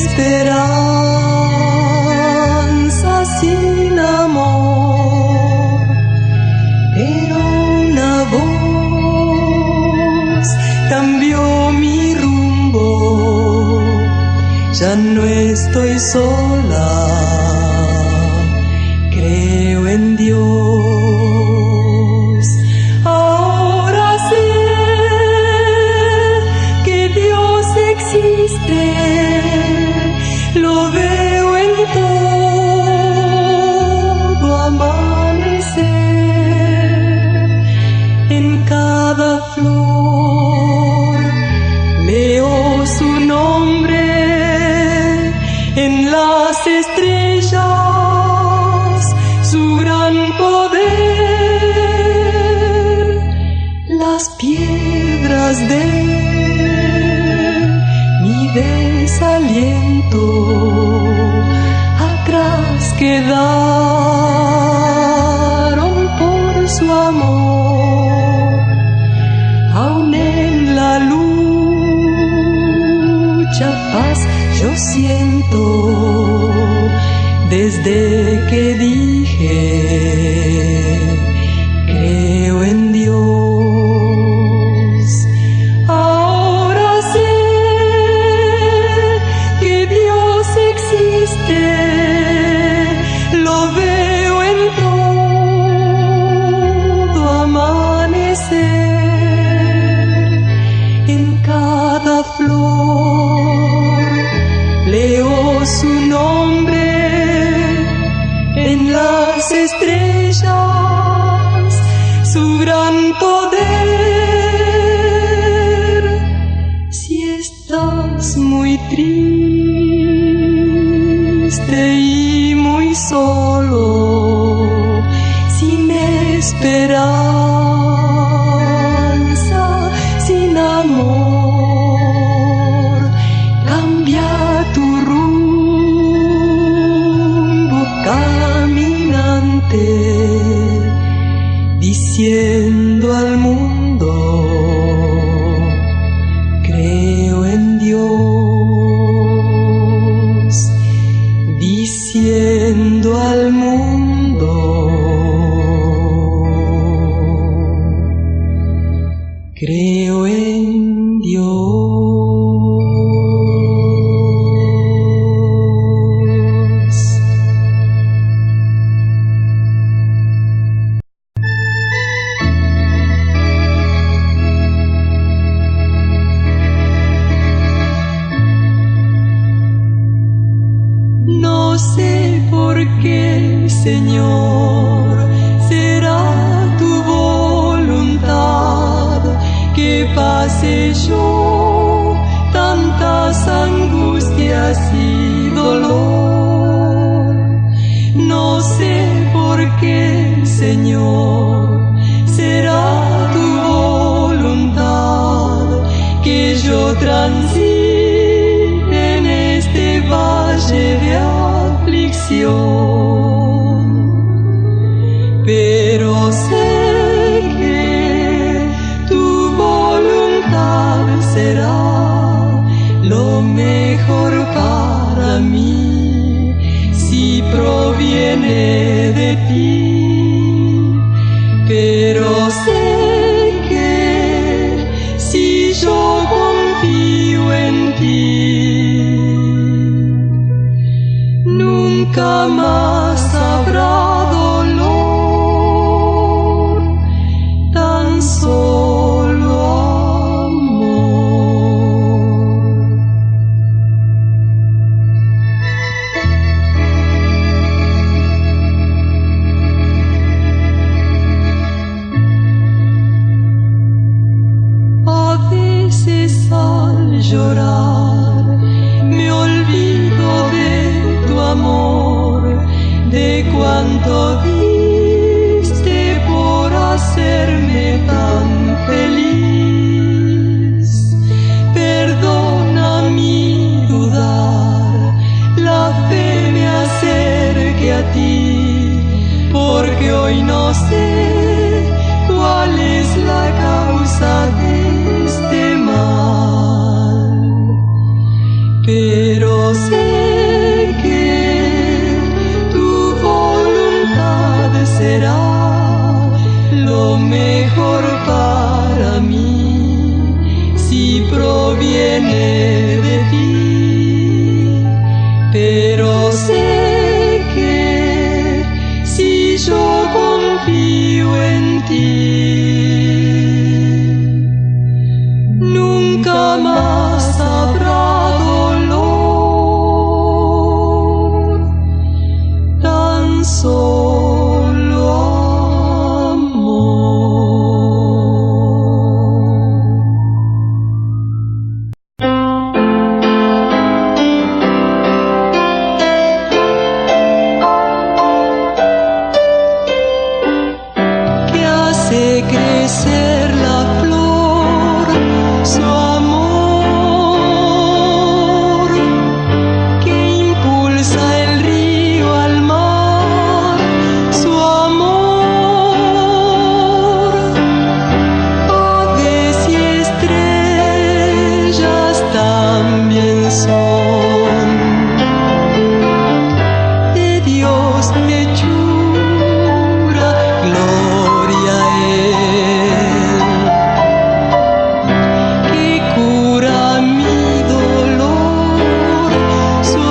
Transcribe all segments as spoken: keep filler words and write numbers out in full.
esperanza sin amor, pero una voz cambió mi rumbo. Ya no estoy sola, creo en Dios. Ahora sé que Dios existe, lo veo en todo amanecer, en cada flor leo su nombre, en las estrellas su gran poder, las piedras de mi desaliento atrás quedaron por su amor. Aún en la lucha paz yo siento, desde que dije creo en Dios. Ahora sé que Dios existe, lo veo en todo amanecer, en cada flor leo su nombre, en las estrellas su gran poder. Si estás muy triste y muy solo, sin esperanza, sin amor, cambia tu rumbo caminante, diciendo al mundo creo en Dios, diciendo al mundo creo en Dios. No sé por qué, Señor, será tu voluntad que pase yo tantas angustias y dolor. No sé por qué, Señor, será tu voluntad que yo transite en este valle de aflicción, pero sé que tu voluntad será lo mejor para mí, si proviene de ti, pero sé que si yo confío en ti, nunca más habrá dolor, tan solo amor. A veces al llorar me olvido de tu amor, de cuánto diste por hacerme tan feliz. Perdona mi dudar, la fe me acerque a ti, porque hoy no sé cuál es la causa de este mal, pero sé proviene de ti, pero sé que si yo confío en ti, nunca más habrá dolor, tan solo amor. Que hace crecer la flor, su amor, que impulsa el río al mar, su amor. Aves y estrellas también son de Dios hechura, gloria a Él, que cura mi dolor, su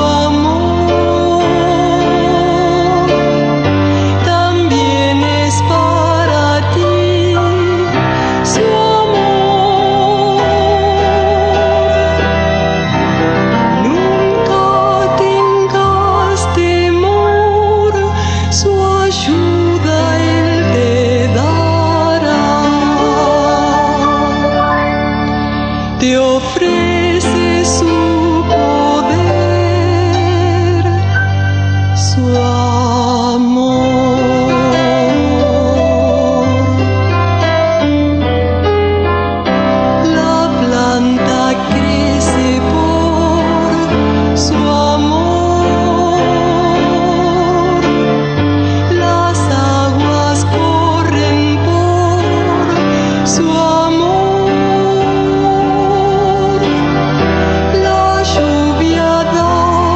amor también es para ti, su amor. Nunca tengas temor, su ayuda Él te dará. Te ofrece su poder, su amor. La planta crece por su amor, las aguas corren por su amor, la lluvia da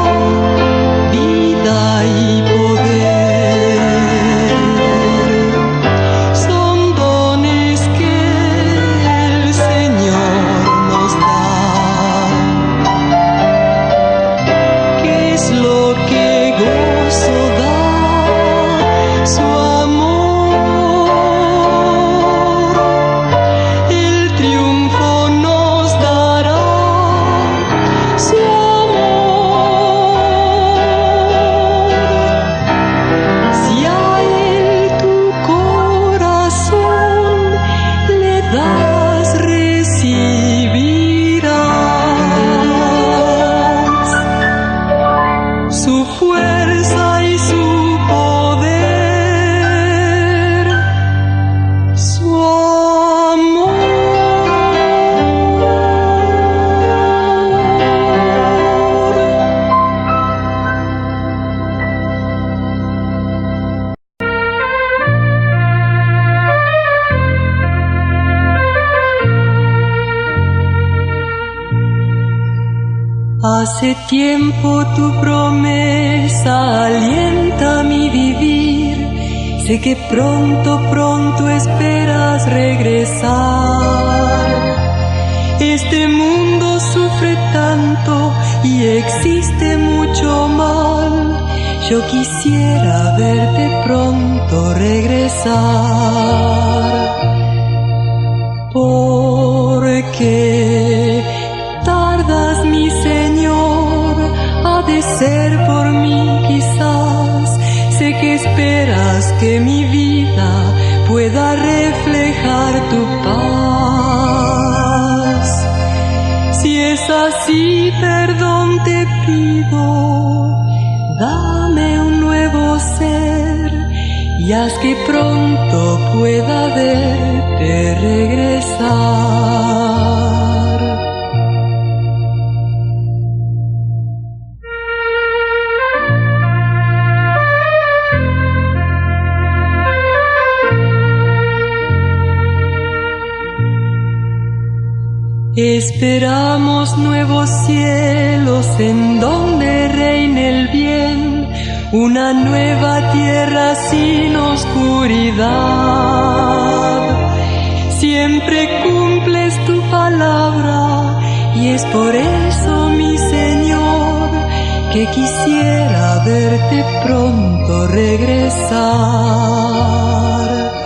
vida y poder. Son dones que el Señor nos da. ¿Qué es lo que gozo da? Su amor. El triunfo nos dará su amor. Si a Él tu corazón le das, recibirás su fuerza y su poder, su amor. Hace tiempo tu promesa alienta mi vivir. Sé que pronto, pronto esperas regresar. Este mundo sufre tanto y existe mucho mal. Yo quisiera verte pronto regresar. ¿Por qué tardas, mi Señor? Ha de ser por mí quizás. Sé que esperas que mi vida pueda reflejar tu paz. Si es así, perdón te pido, dame un nuevo ser y haz que pronto pueda verte regresar. Esperamos nuevos cielos en donde reine el bien, una nueva tierra sin oscuridad. Siempre cumples tu palabra, Y es por eso, mi Señor, que quisiera verte pronto regresar.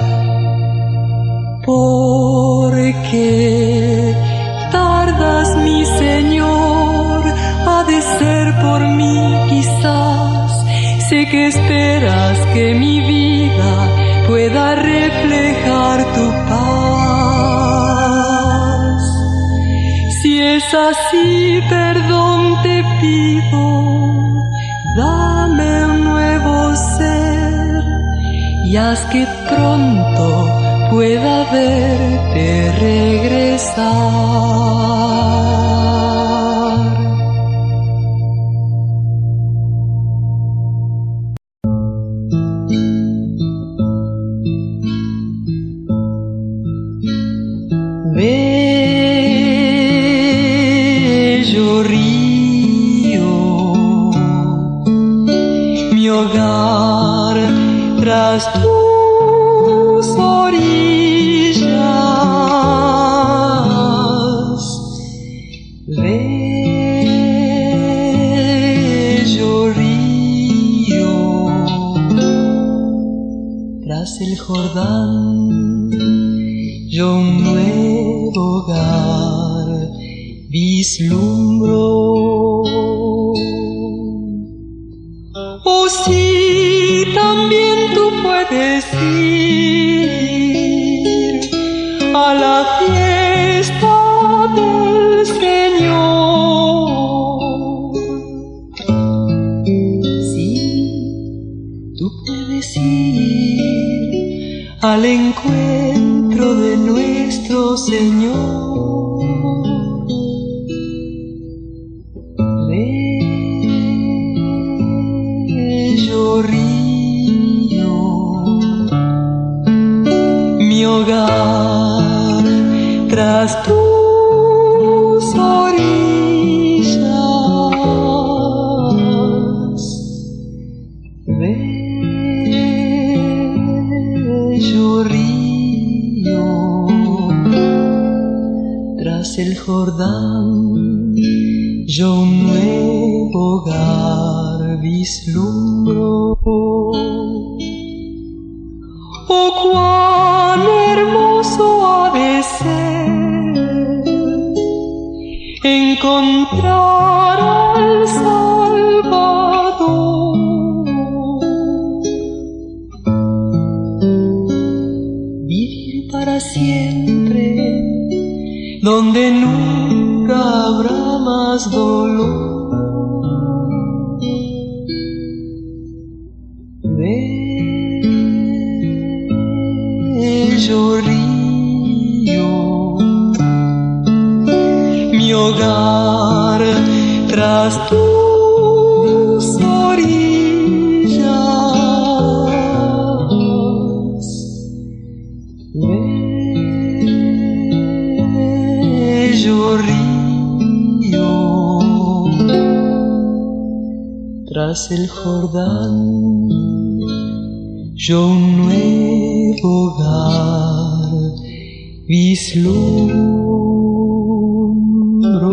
Porque tardas, mi Señor, ha de ser por mí quizás. Sé que esperas que mi vida pueda reflejar tu paz. Si es así, perdón te pido, dame un nuevo ser y haz que pronto pueda verte regresar. Bello río, mi hogar tras tus orillas. Bello río, tras el Jordán yo un nuevo hogar vislumbro. Oh, sí, también tú puedes ir a la fiesta del Señor. Sí, tú puedes ir al encuentro de nuestro Señor. Bello río, mi hogar tras tus orillas. Bello río, tras el Jordán yo un nuevo hogar vislumbro. Oh, cuán hermoso ha de ser encontrar al Salvador. Vivir para siempre donde nunca habrá más dolor. Bello río, mi hogar tras tus orillas. Bello río, tras el Jordán yo un nuevo hogar vislumbro.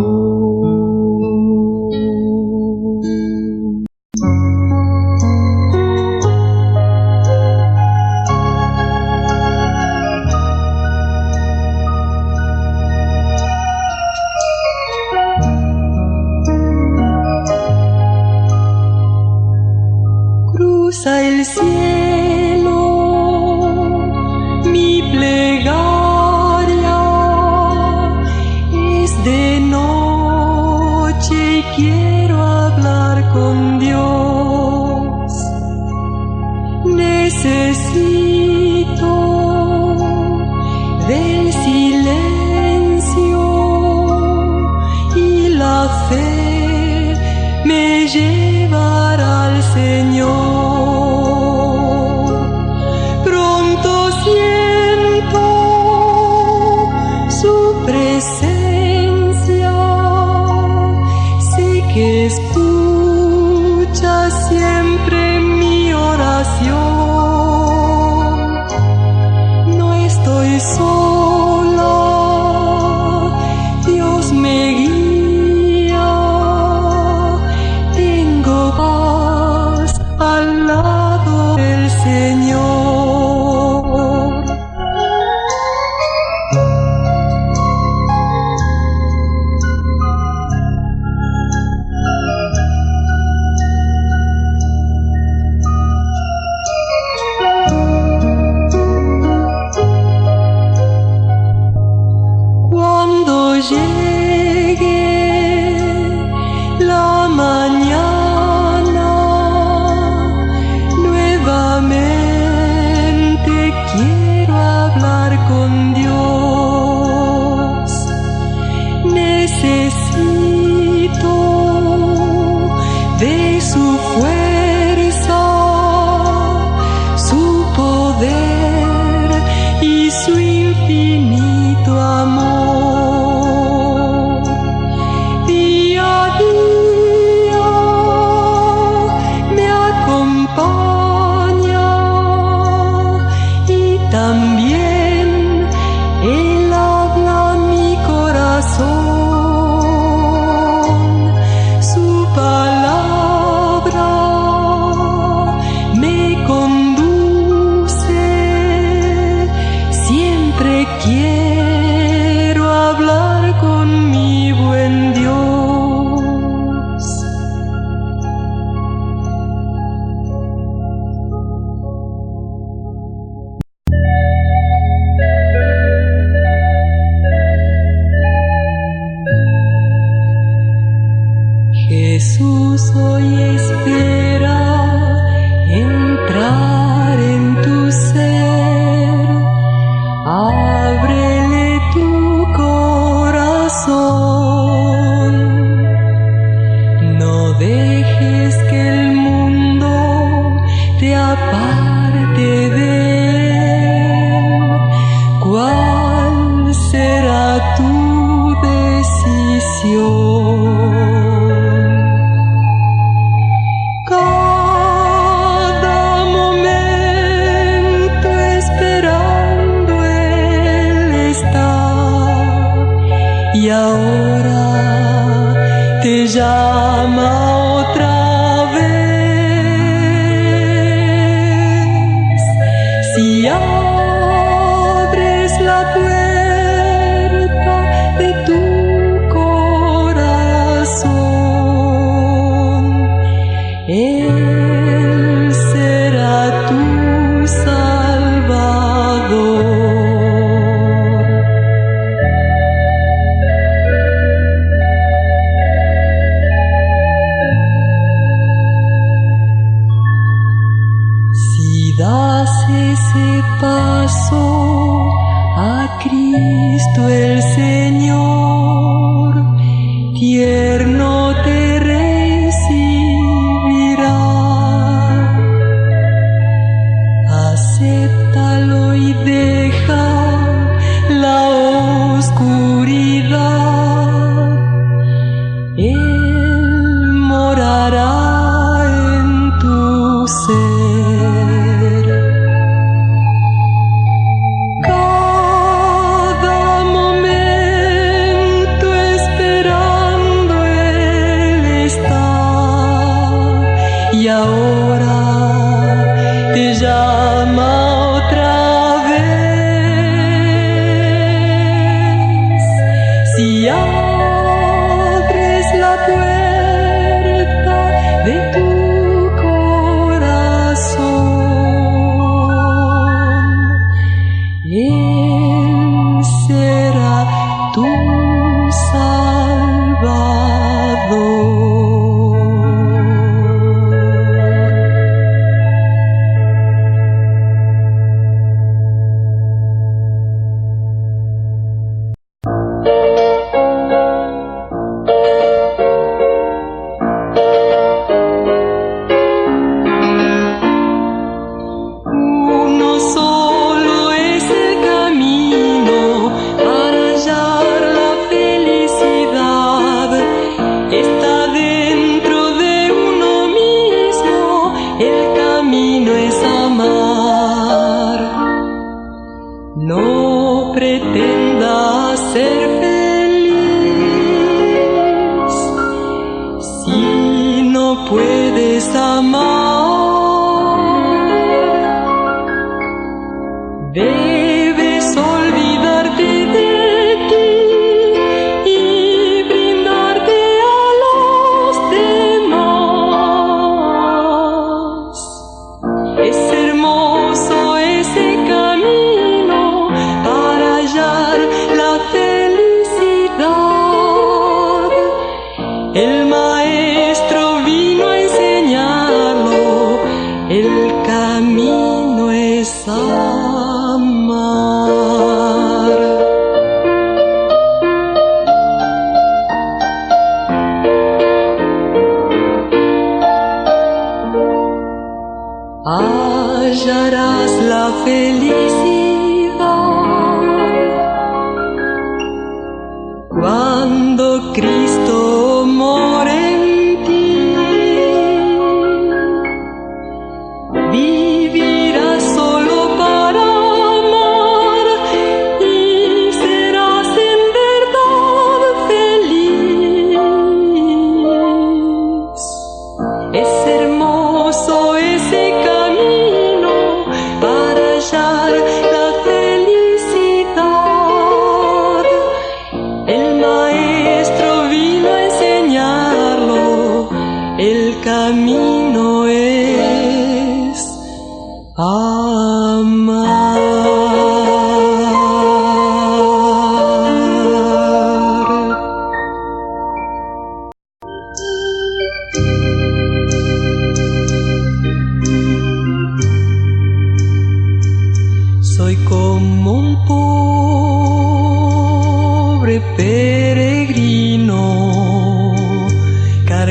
Cruza el cielo mi plegaria, es de noche y quiero hablar con Dios. Necesito del silencio y la fe me llevará al Señor. Presencia, sé que escucha siempre mi oración. No estoy solo. te quiero hablar con mi buen Dios. Jesús hoy espera entrar en tu ser. Ábrele tu corazón. No dejes que el mundo te aparte de él. ¿Cuál será tu decisión? Y ahora te llama otra vez. Si abres la puerta de tu corazón, Él será tu Salvador. Ese paso a Cristo el Señor, tierno te recibirá. Acéptalo y deja la oscuridad. Él morará en tu ser. Y ahora te llama otra vez. Si abres la puerta de tu corazón, Él será tu Salvador. No pretendas ser feliz si no puedes amar. Debes olvidarte de ti y brindarte a los demás. Es hermoso ese camino para hallar la felicidad.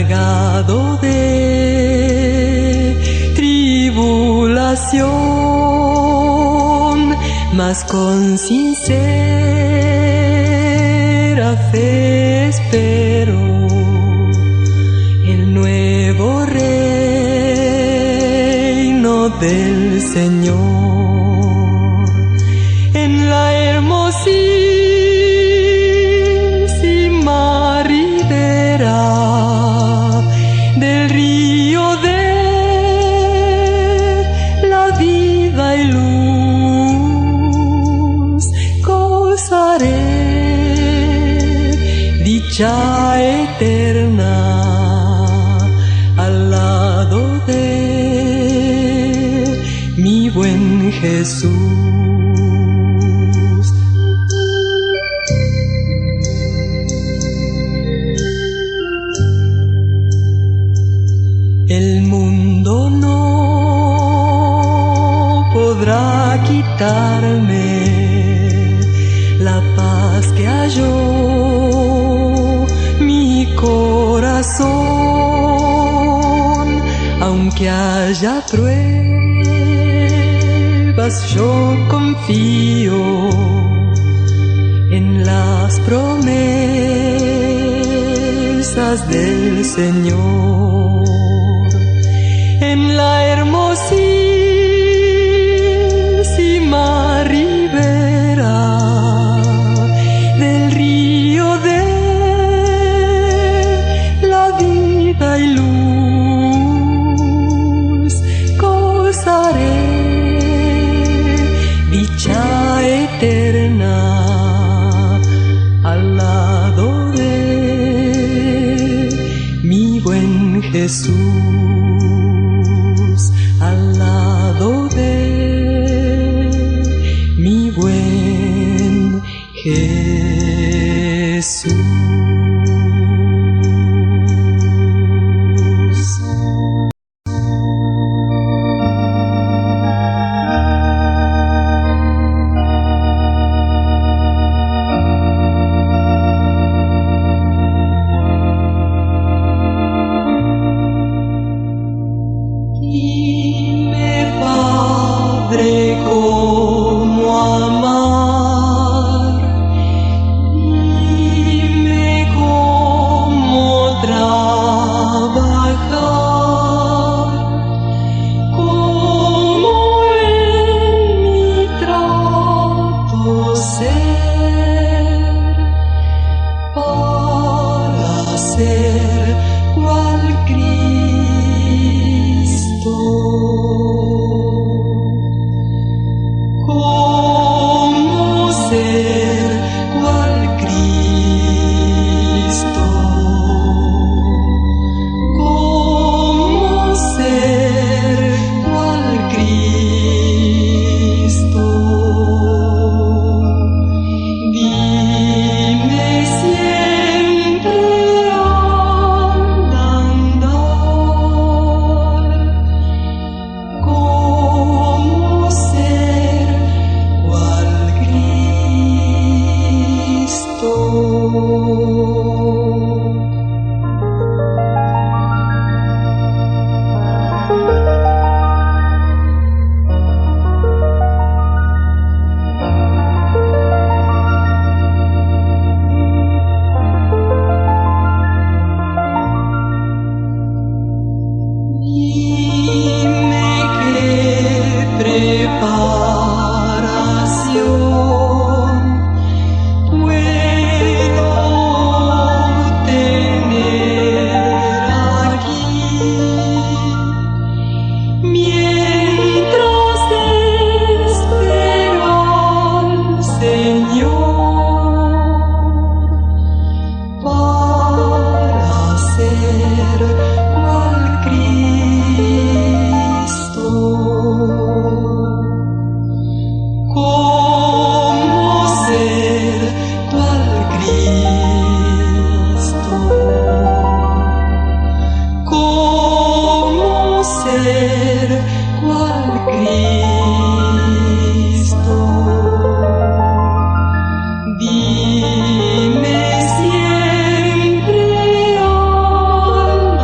cargado de tribulación, mas con sincera fe espero el nuevo reino del Señor. En la hermosísima ribera del río de la vida y luz gozaré dicha eterna al lado de mi buen Jesús. El mundo no podrá quitarme la paz que halló mi corazón, aunque haya pruebas, yo confío en las promesas del Señor. En la hermosísima ribera del río de la vida y luz gozaré dicha eterna al lado de mi buen Jesús. Al lado de mi buen Jesús. Padre, cómo amar, dime cómo trabajar, cómo en mi trato ser, para ser cual Cristo. Ser cual Cristo, cómo ser cual Cristo. Dime siempre al andar, cómo ser cual Cristo. Dime qué preparación puedo tener aquí, mientras espero al Señor para ser cual Cristo. Cómo ser cual Cristo, cómo ser cual Cristo. Dime siempre al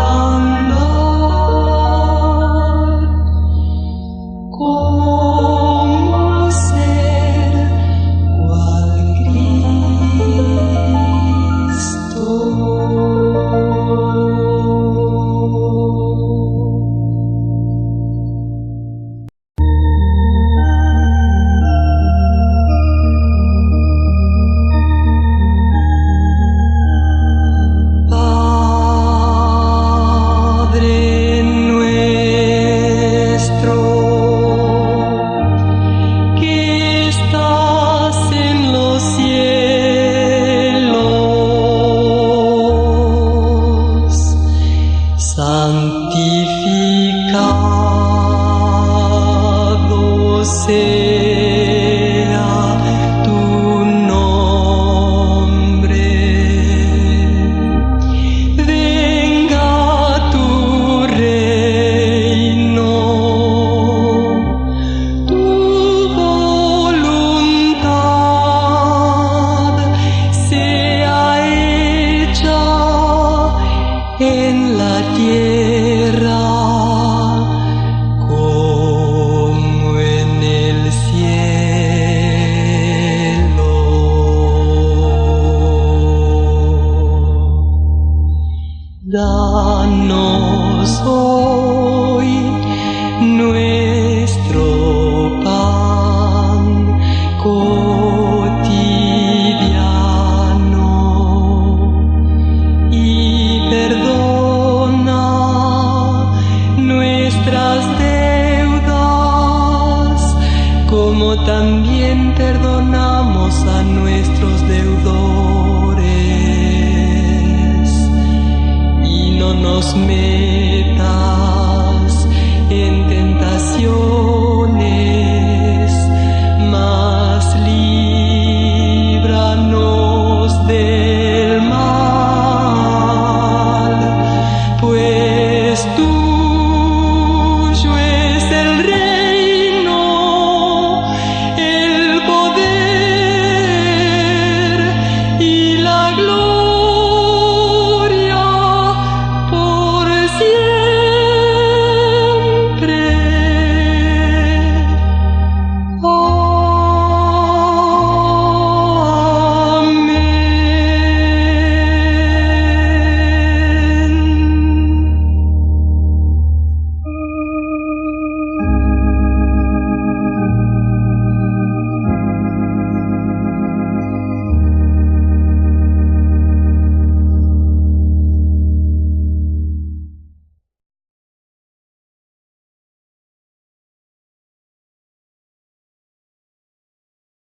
me